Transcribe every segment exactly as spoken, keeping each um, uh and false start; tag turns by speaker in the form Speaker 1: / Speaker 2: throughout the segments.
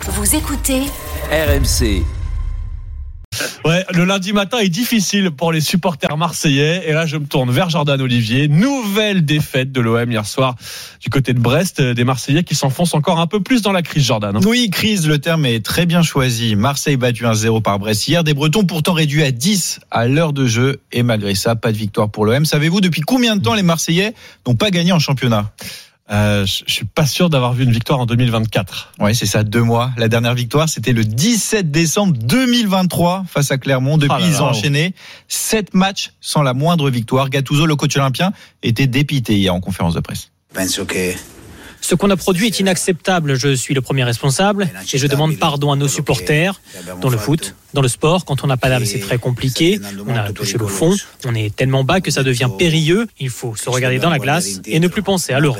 Speaker 1: Vous écoutez
Speaker 2: R M C.
Speaker 3: Ouais, le lundi matin est difficile pour les supporters marseillais. Et là, je me tourne vers Jordan Olivier. Nouvelle défaite de l'O M hier soir du côté de Brest. Des Marseillais qui s'enfoncent encore un peu plus dans la crise, Jordan.
Speaker 4: Oui, crise, le terme est très bien choisi. Marseille battu un zéro par Brest hier. Des Bretons pourtant réduits à dix à l'heure de jeu. Et malgré ça, pas de victoire pour l'O M. Savez-vous depuis combien de temps les Marseillais n'ont pas gagné en championnat ?
Speaker 3: Euh, je suis pas sûr d'avoir vu une victoire en deux mille vingt-quatre.
Speaker 4: Oui, c'est ça, deux mois. La dernière victoire, c'était le dix-sept décembre deux mille vingt-trois face à Clermont. Depuis, ah là là, ils ont enchaîné sept matchs sans la moindre victoire. Gattuso, le coach olympien, était dépité hier en conférence de presse.
Speaker 5: Ce qu'on a produit est inacceptable. Je suis le premier responsable et je demande pardon à nos supporters. Dans le foot, dans le sport, quand on n'a pas d'âme, c'est très compliqué. On a touché le fond. On est tellement bas que ça devient périlleux. Il faut se regarder dans la glace et ne plus penser à l'Europe.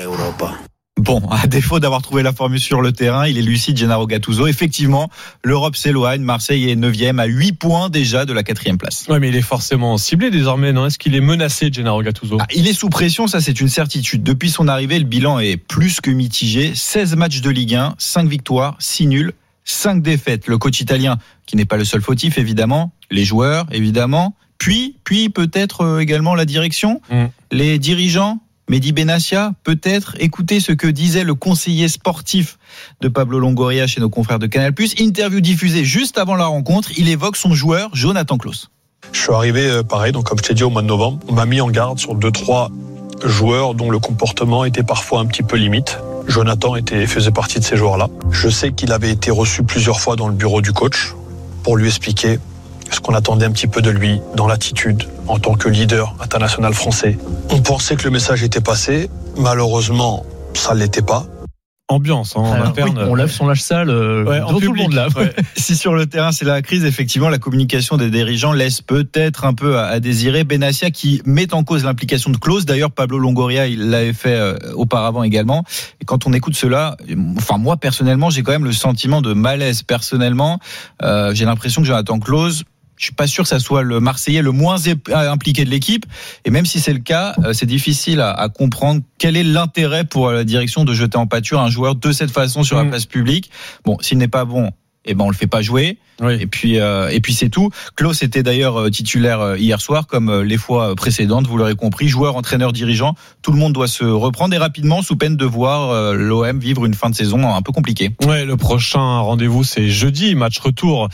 Speaker 4: Bon, à défaut d'avoir trouvé la formule sur le terrain, il est lucide, Gennaro Gattuso. Effectivement, l'Europe s'éloigne. Marseille est neuvième à huit points déjà de la quatrième place.
Speaker 3: Ouais, mais il est forcément ciblé désormais, non ? Est-ce qu'il est menacé, Gennaro Gattuso ?
Speaker 4: Ah, il est sous pression, ça c'est une certitude. Depuis son arrivée, le bilan est plus que mitigé. seize matchs de Ligue un, cinq victoires, six nuls, cinq défaites. Le coach italien, qui n'est pas le seul fautif évidemment, les joueurs évidemment, puis, puis peut-être également la direction, mmh. les dirigeants. Mehdi Benassia, peut-être écoutez ce que disait le conseiller sportif de Pablo Longoria chez nos confrères de Canal+. Interview diffusée juste avant la rencontre, il évoque son joueur Jonathan Klaus.
Speaker 6: Je suis arrivé pareil, donc comme je t'ai dit au mois de novembre, on m'a mis en garde sur deux trois joueurs dont le comportement était parfois un petit peu limite. Jonathan était, faisait partie de ces joueurs-là. Je sais qu'il avait été reçu plusieurs fois dans le bureau du coach pour lui expliquer ce qu'on attendait un petit peu de lui dans l'attitude en tant que leader international français. On pensait que le message était passé. Malheureusement, ça ne l'était pas.
Speaker 3: Ambiance hein, en
Speaker 7: Alors,
Speaker 3: interne.
Speaker 7: Oui, on lève son lâche sale euh,
Speaker 3: ouais, en
Speaker 7: tout le monde là.
Speaker 4: Ouais. Si sur le terrain c'est la crise, effectivement la communication des dirigeants laisse peut-être un peu à, à désirer. Benassia qui met en cause l'implication de Klaus. D'ailleurs Pablo Longoria il l'avait fait euh, auparavant également. Et quand on écoute cela, enfin moi personnellement j'ai quand même le sentiment de malaise. Personnellement, euh, j'ai l'impression que Jonathan Klaus, je suis pas sûr que ça soit le Marseillais le moins impliqué de l'équipe. Et même si c'est le cas, c'est difficile à, à comprendre quel est l'intérêt pour la direction de jeter en pâture un joueur de cette façon sur mmh. la place publique. Bon, s'il n'est pas bon, eh ben on le fait pas jouer. Oui. Et puis euh, et puis c'est tout. Klaus était d'ailleurs titulaire hier soir, comme les fois précédentes. Vous l'aurez compris, joueur, entraîneur, dirigeant, tout le monde doit se reprendre et rapidement, sous peine de voir l'O M vivre une fin de saison un peu compliquée.
Speaker 3: Ouais, le prochain rendez-vous c'est jeudi, match retour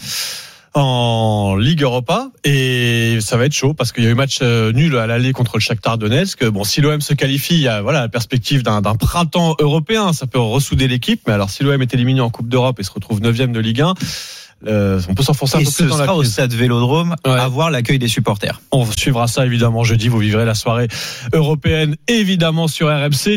Speaker 3: en Ligue Europa et ça va être chaud parce qu'il y a eu match nul à l'aller contre le Shakhtar Donetsk. Bon, si l'O M se qualifie, il y a voilà la perspective d'un, d'un printemps européen, ça peut ressouder l'équipe. Mais alors si l'O M est éliminé en Coupe d'Europe et se retrouve neuvième de Ligue un, euh, on peut s'enfoncer un
Speaker 4: et
Speaker 3: peu plus dans la crise.
Speaker 4: Et ce sera au stade Vélodrome ouais. à voir l'accueil des supporters.
Speaker 3: On suivra ça évidemment jeudi. Vous vivrez la soirée européenne évidemment sur R M C.